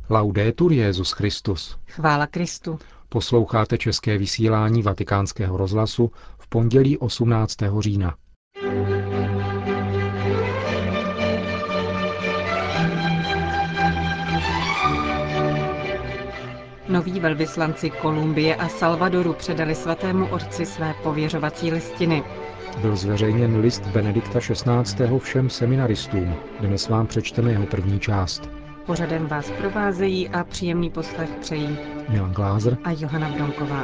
Laudetur Jesus Christus. Chvála Kristu. Posloucháte české vysílání Vatikánského rozhlasu v pondělí 18. října. Noví velvyslanci Kolumbie a Salvadoru předali svatému otci své pověřovací listiny. Byl zveřejněn list Benedikta XVI. Všem seminaristům. Dnes vám přečteme jeho první část. Pořadem vás provázejí a příjemný poslech přejí Milan Glázer a Johana Bronková.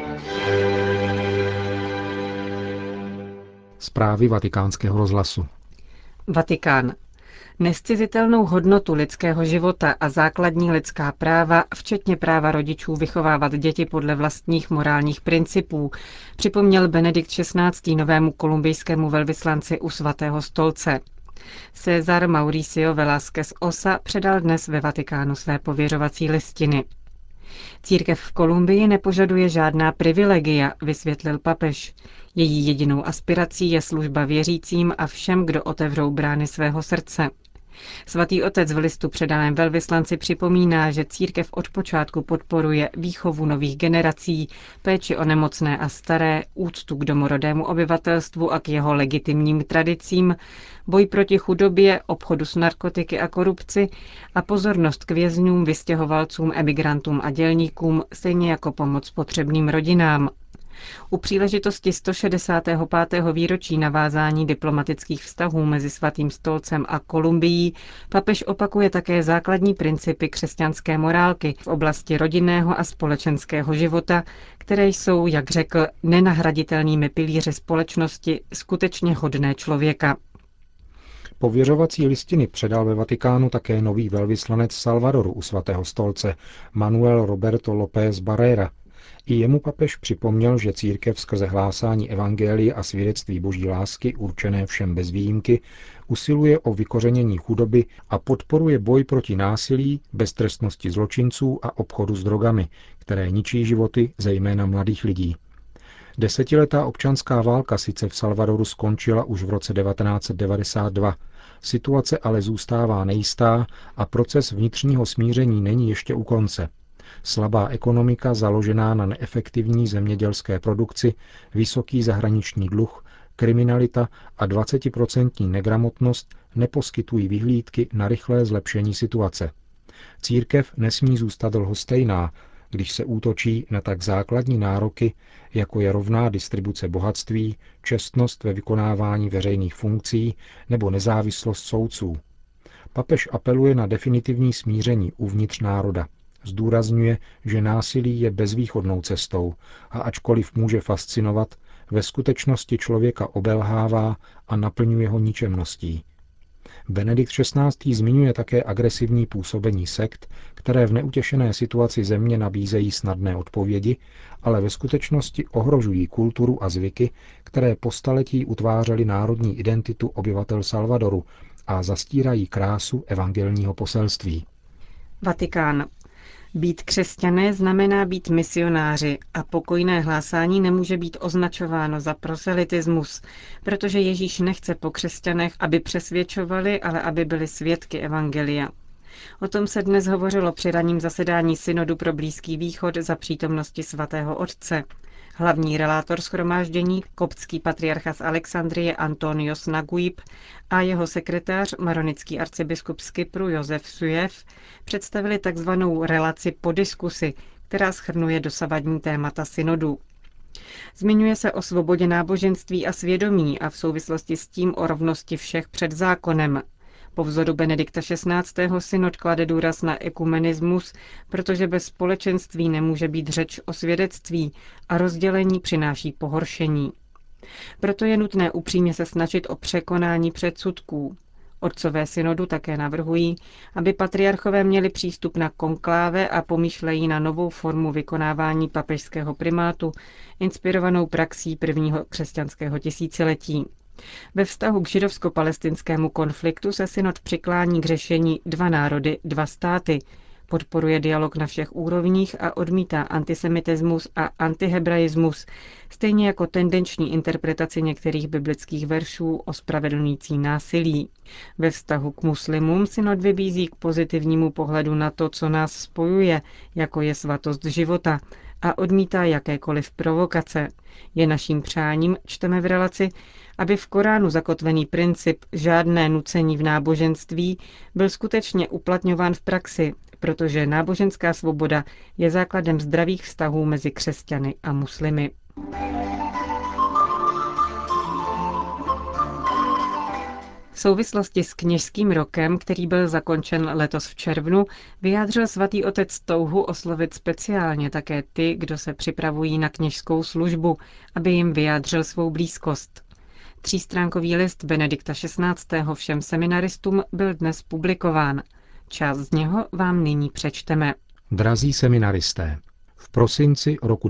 Zprávy Vatikánského rozhlasu. Vatikán. Nezcizitelnou hodnotu lidského života a základní lidská práva, včetně práva rodičů vychovávat děti podle vlastních morálních principů, připomněl Benedikt XVI. Novému kolumbijskému velvyslanci u svatého stolce. César Mauricio Velázquez Osa předal dnes ve Vatikánu své pověřovací listiny. Církev v Kolumbii nepožaduje žádná privilegia, vysvětlil papež. Její jedinou aspirací je služba věřícím a všem, kdo otevřou brány svého srdce. Svatý otec v listu předaném velvyslanci připomíná, že církev od počátku podporuje výchovu nových generací, péči o nemocné a staré, úctu k domorodému obyvatelstvu a k jeho legitimním tradicím, boj proti chudobě, obchodu s narkotiky a korupci a pozornost k vězňům, vystěhovalcům, emigrantům a dělníkům, stejně jako pomoc potřebným rodinám. U příležitosti 165. výročí navázání diplomatických vztahů mezi Svatým stolcem a Kolumbií papež opakuje také základní principy křesťanské morálky v oblasti rodinného a společenského života, které jsou, jak řekl, nenahraditelnými pilíři společnosti skutečně hodné člověka. Pověřovací listiny předal ve Vatikánu také nový velvyslanec Salvadoru u svatého stolce Manuel Roberto López Barrera. I jemu papež připomněl, že církev skrze hlásání evangelia a svědectví boží lásky, určené všem bez výjimky, usiluje o vykořenění chudoby a podporuje boj proti násilí, beztrestnosti zločinců a obchodu s drogami, které ničí životy zejména mladých lidí. Desetiletá občanská válka sice v Salvadoru skončila už v roce 1992, situace ale zůstává nejistá a proces vnitřního smíření není ještě u konce. Slabá ekonomika založená na neefektivní zemědělské produkci, vysoký zahraniční dluh, kriminalita a 20% negramotnost neposkytují vyhlídky na rychlé zlepšení situace. Církev nesmí zůstat lhostejná, když se útočí na tak základní nároky, jako je rovná distribuce bohatství, čestnost ve vykonávání veřejných funkcí nebo nezávislost soudců. Papež apeluje na definitivní smíření uvnitř národa. Zdůrazňuje, že násilí je bezvýchodnou cestou a ačkoliv může fascinovat, ve skutečnosti člověka obelhává a naplňuje ho ničemností. Benedikt XVI. Zmiňuje také agresivní působení sekt, které v neutěšené situaci země nabízejí snadné odpovědi, ale ve skutečnosti ohrožují kulturu a zvyky, které po staletí utvářely národní identitu obyvatel Salvadoru a zastírají krásu evangelního poselství. Vatikán. Být křesťané znamená být misionáři a pokojné hlásání nemůže být označováno za proselitismus, protože Ježíš nechce po křesťanech, aby přesvědčovali, ale aby byli svědky evangelia. O tom se dnes hovořilo při ranním zasedání Synodu pro Blízký východ za přítomnosti svatého otce. Hlavní relátor shromáždění, koptský patriarcha z Alexandrie Antonios Naguib a jeho sekretář, maronický arcibiskup z Kypru Josef Sujev, představili takzvanou relaci po diskusi, která shrnuje dosavadní témata synodu. Zmiňuje se o svobodě náboženství a svědomí a v souvislosti s tím o rovnosti všech před zákonem. Po vzoru Benedikta XVI. Synod klade důraz na ekumenismus, protože bez společenství nemůže být řeč o svědectví a rozdělení přináší pohoršení. Proto je nutné upřímně se snažit o překonání předsudků. Otcové synodu také navrhují, aby patriarchové měli přístup na konkláve a pomýšlejí na novou formu vykonávání papežského primátu, inspirovanou praxí prvního křesťanského tisíciletí. Ve vztahu k židovsko-palestinskému konfliktu se synod přiklání k řešení dva národy, dva státy, Podporuje dialog na všech úrovních a odmítá antisemitismus a antihebraismus, stejně jako tendenční interpretaci některých biblických veršů ospravedlňující násilí. Ve vztahu k muslimům synod vybízí k pozitivnímu pohledu na to, co nás spojuje, jako je svatost života, a odmítá jakékoliv provokace. Je naším přáním, čteme v relaci, aby v Koránu zakotvený princip žádné nucení v náboženství byl skutečně uplatňován v praxi, protože náboženská svoboda je základem zdravých vztahů mezi křesťany a muslimy. V souvislosti s kněžským rokem, který byl zakončen letos v červnu, vyjádřil svatý otec touhu oslovit speciálně také ty, kdo se připravují na kněžskou službu, aby jim vyjádřil svou blízkost. 3stránkový list Benedikta XVI. Všem seminaristům byl dnes publikován. Část z něho vám nyní přečteme. Drazí seminaristé, v prosinci roku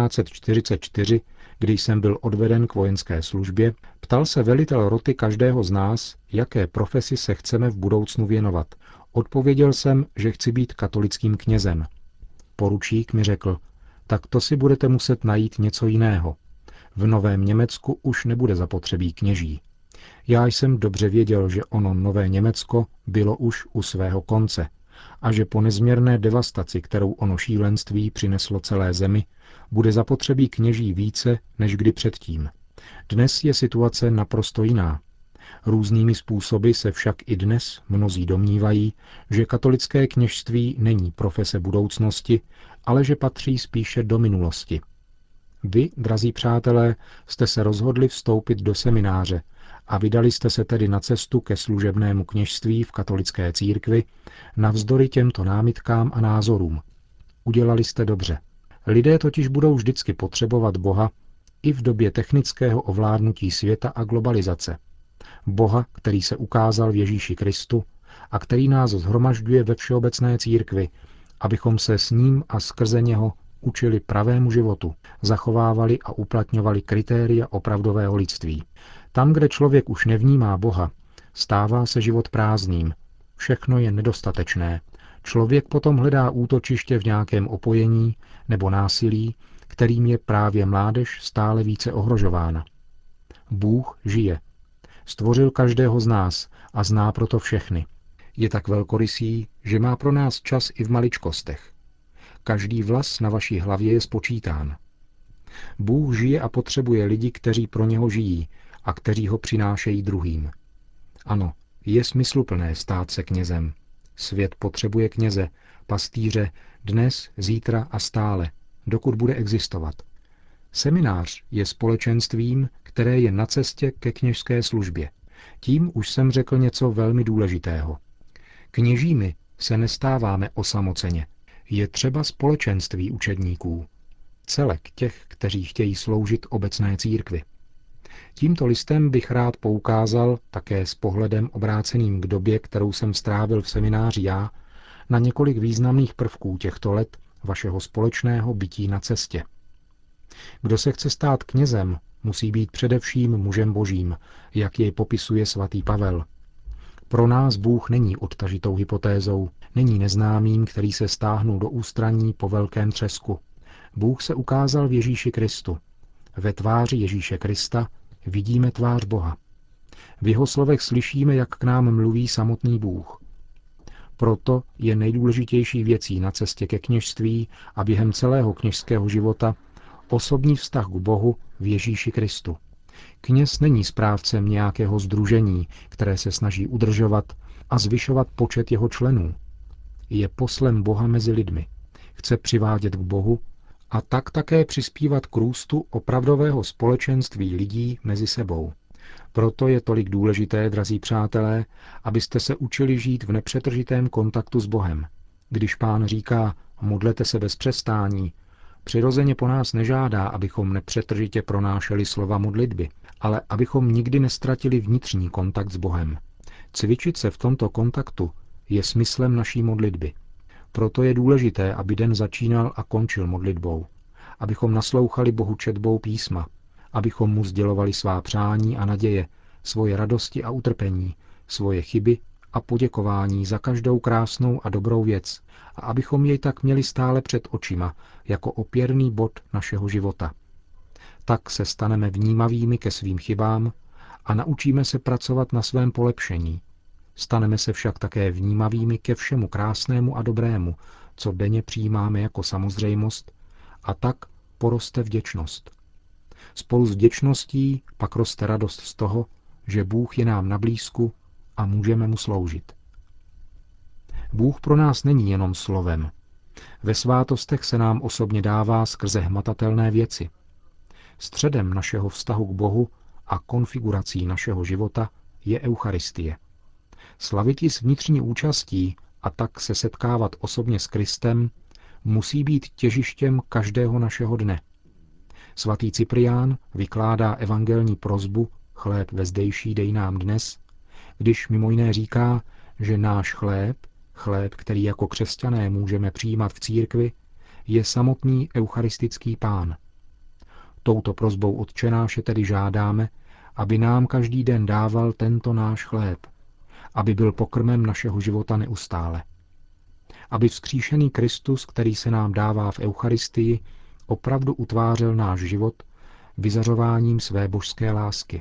1944, když jsem byl odveden k vojenské službě, ptal se velitel roty každého z nás, jaké profesi se chceme v budoucnu věnovat. Odpověděl jsem, že chci být katolickým knězem. Poručík mi řekl, tak to si budete muset najít něco jiného. V Novém Německu už nebude zapotřebí kněží. Já jsem dobře věděl, že ono Nové Německo bylo už u svého konce a že po nezměrné devastaci, kterou ono šílenství přineslo celé zemi, bude zapotřebí kněží více než kdy předtím. Dnes je situace naprosto jiná. Různými způsoby se však i dnes mnozí domnívají, že katolické kněžství není profese budoucnosti, ale že patří spíše do minulosti. Vy, drazí přátelé, jste se rozhodli vstoupit do semináře a vydali jste se tedy na cestu ke služebnému kněžství v katolické církvi navzdory těmto námitkám a názorům. Udělali jste dobře. Lidé totiž budou vždycky potřebovat Boha i v době technického ovládnutí světa a globalizace. Boha, který se ukázal v Ježíši Kristu a který nás shromažďuje ve všeobecné církvi, abychom se s ním a skrze něho učili pravému životu, zachovávali a uplatňovali kritéria opravdového lidství. Tam, kde člověk už nevnímá Boha, stává se život prázdným. Všechno je nedostatečné. Člověk potom hledá útočiště v nějakém opojení nebo násilí, kterým je právě mládež stále více ohrožována. Bůh žije. Stvořil každého z nás a zná proto všechny. Je tak velkorysý, že má pro nás čas i v maličkostech. Každý vlas na vaší hlavě je spočítán. Bůh žije a potřebuje lidi, kteří pro něho žijí a kteří ho přinášejí druhým. Ano, je smysluplné stát se knězem. Svět potřebuje kněze, pastýře, dnes, zítra a stále, dokud bude existovat. Seminář je společenstvím, které je na cestě ke kněžské službě. Tím už jsem řekl něco velmi důležitého. Kněžími se nestáváme osamoceně. Je třeba společenství učedníků, celek těch, kteří chtějí sloužit obecné církvi. Tímto listem bych rád poukázal, také s pohledem obráceným k době, kterou jsem strávil v semináři já, na několik významných prvků těchto let vašeho společného bytí na cestě. Kdo se chce stát knězem, musí být především mužem božím, jak jej popisuje svatý Pavel. Pro nás Bůh není odtažitou hypotézou, není neznámým, který se stáhnul do ústraní po velkém třesku. Bůh se ukázal v Ježíši Kristu. Ve tváři Ježíše Krista vidíme tvář Boha. V jeho slovech slyšíme, jak k nám mluví samotný Bůh. Proto je nejdůležitější věcí na cestě ke kněžství a během celého kněžského života osobní vztah k Bohu v Ježíši Kristu. Kněz není správcem nějakého sdružení, které se snaží udržovat a zvyšovat počet jeho členů. Je poslem Boha mezi lidmi. Chce přivádět k Bohu a tak také přispívat k růstu opravdového společenství lidí mezi sebou. Proto je tolik důležité, drazí přátelé, abyste se učili žít v nepřetržitém kontaktu s Bohem. Když Pán říká, modlete se bez přestání, přirozeně po nás nežádá, abychom nepřetržitě pronášeli slova modlitby, ale abychom nikdy nestratili vnitřní kontakt s Bohem. Cvičit se v tomto kontaktu je smyslem naší modlitby. Proto je důležité, aby den začínal a končil modlitbou, abychom naslouchali Bohu četbou písma, abychom mu sdělovali svá přání a naděje, svoje radosti a utrpení, svoje chyby a poděkování za každou krásnou a dobrou věc a abychom jej tak měli stále před očima jako opěrný bod našeho života. Tak se staneme vnímavými ke svým chybám a naučíme se pracovat na svém polepšení. Staneme se však také vnímavými ke všemu krásnému a dobrému, co denně přijímáme jako samozřejmost, a tak poroste vděčnost. Spolu s vděčností pak roste radost z toho, že Bůh je nám na blízku a můžeme mu sloužit. Bůh pro nás není jenom slovem. Ve svátostech se nám osobně dává skrze hmatatelné věci. Středem našeho vztahu k Bohu a konfigurací našeho života je Eucharistie. Slavit ji s vnitřní účastí a tak se setkávat osobně s Kristem musí být těžištěm každého našeho dne. Svatý Cyprián vykládá evangelní prosbu chléb vezdejší dej nám dnes, když mimo jiné říká, že náš chléb, který jako křesťané můžeme přijímat v církvi, je samotný eucharistický Pán. Touto prosbou Otčenáše tedy žádáme, aby nám každý den dával tento náš chléb, aby byl pokrmem našeho života neustále. Aby vzkříšený Kristus, který se nám dává v Eucharistii, opravdu utvářel náš život vyzařováním své božské lásky.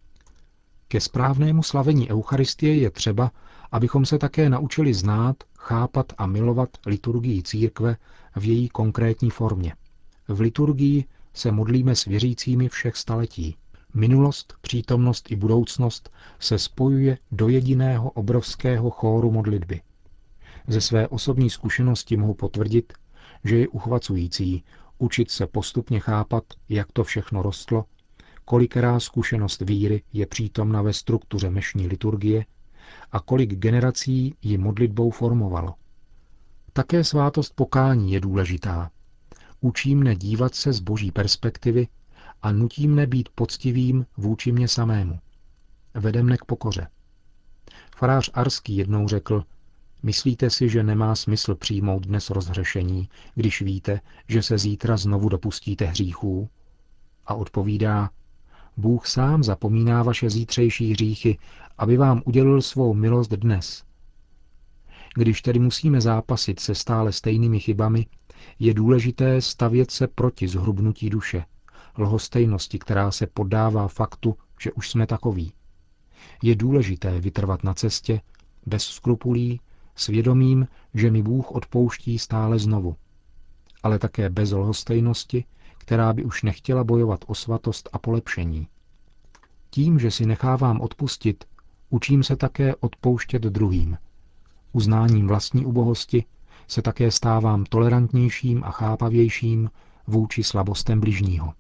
Ke správnému slavení Eucharistie je třeba, abychom se také naučili znát, chápat a milovat liturgii církve v její konkrétní formě. V liturgii se modlíme s věřícími všech staletí. Minulost, přítomnost i budoucnost se spojuje do jediného obrovského chóru modlitby. Ze své osobní zkušenosti mohu potvrdit, že je uchvacující učit se postupně chápat, jak to všechno rostlo, kolikerá zkušenost víry je přítomna ve struktuře mešní liturgie a kolik generací ji modlitbou formovalo. Také svátost pokání je důležitá. Učí mne dívat se z boží perspektivy a nutí mne být poctivým vůči mně samému. Vede mne k pokoře. Farář Arský jednou řekl: myslíte si, že nemá smysl přijmout dnes rozhřešení, když víte, že se zítra znovu dopustíte hříchů? A odpovídá: Bůh sám zapomíná vaše zítřejší hříchy, aby vám udělil svou milost dnes. Když tedy musíme zápasit se stále stejnými chybami, je důležité stavět se proti zhrubnutí duše, lhostejnosti, která se poddává faktu, že už jsme takoví. Je důležité vytrvat na cestě, bez skrupulí, svědomím, že mi Bůh odpouští stále znovu, ale také bez lhostejnosti, která by už nechtěla bojovat o svatost a polepšení. Tím, že si nechávám odpustit, učím se také odpouštět druhým. Uznáním vlastní ubohosti se také stávám tolerantnějším a chápavějším vůči slabostem bližního.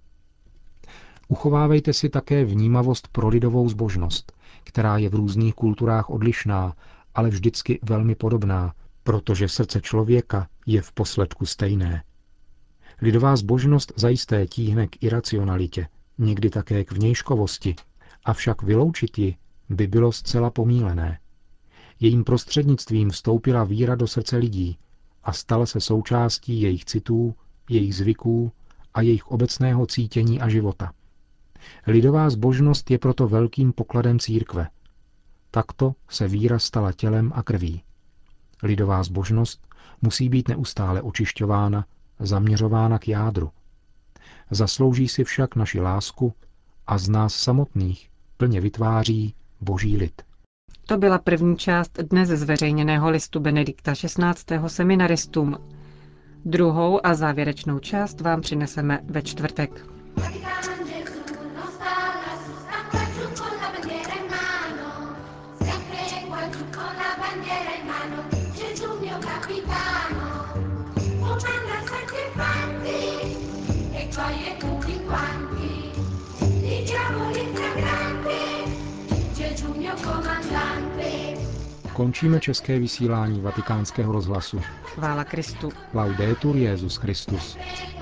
Uchovávejte si také vnímavost pro lidovou zbožnost, která je v různých kulturách odlišná, ale vždycky velmi podobná, protože srdce člověka je v posledku stejné. Lidová zbožnost zajisté tíhne k iracionalitě, někdy také k vnějškovosti, avšak vyloučit ji by bylo zcela pomílené. Jejím prostřednictvím vstoupila víra do srdce lidí a stala se součástí jejich citů, jejich zvyků a jejich obecného cítění a života. Lidová zbožnost je proto velkým pokladem církve. Takto se víra stala tělem a krví. Lidová zbožnost musí být neustále očišťována, zaměřována k jádru. Zaslouží si však naši lásku a z nás samotných plně vytváří Boží lid. To byla první část dnes zveřejněného listu Benedikta XVI. Seminaristům. Druhou a závěrečnou část vám přineseme ve čtvrtek. Končíme české vysílání Vatikánského rozhlasu. Chvála Kristu. Laudetur Jesus Christus.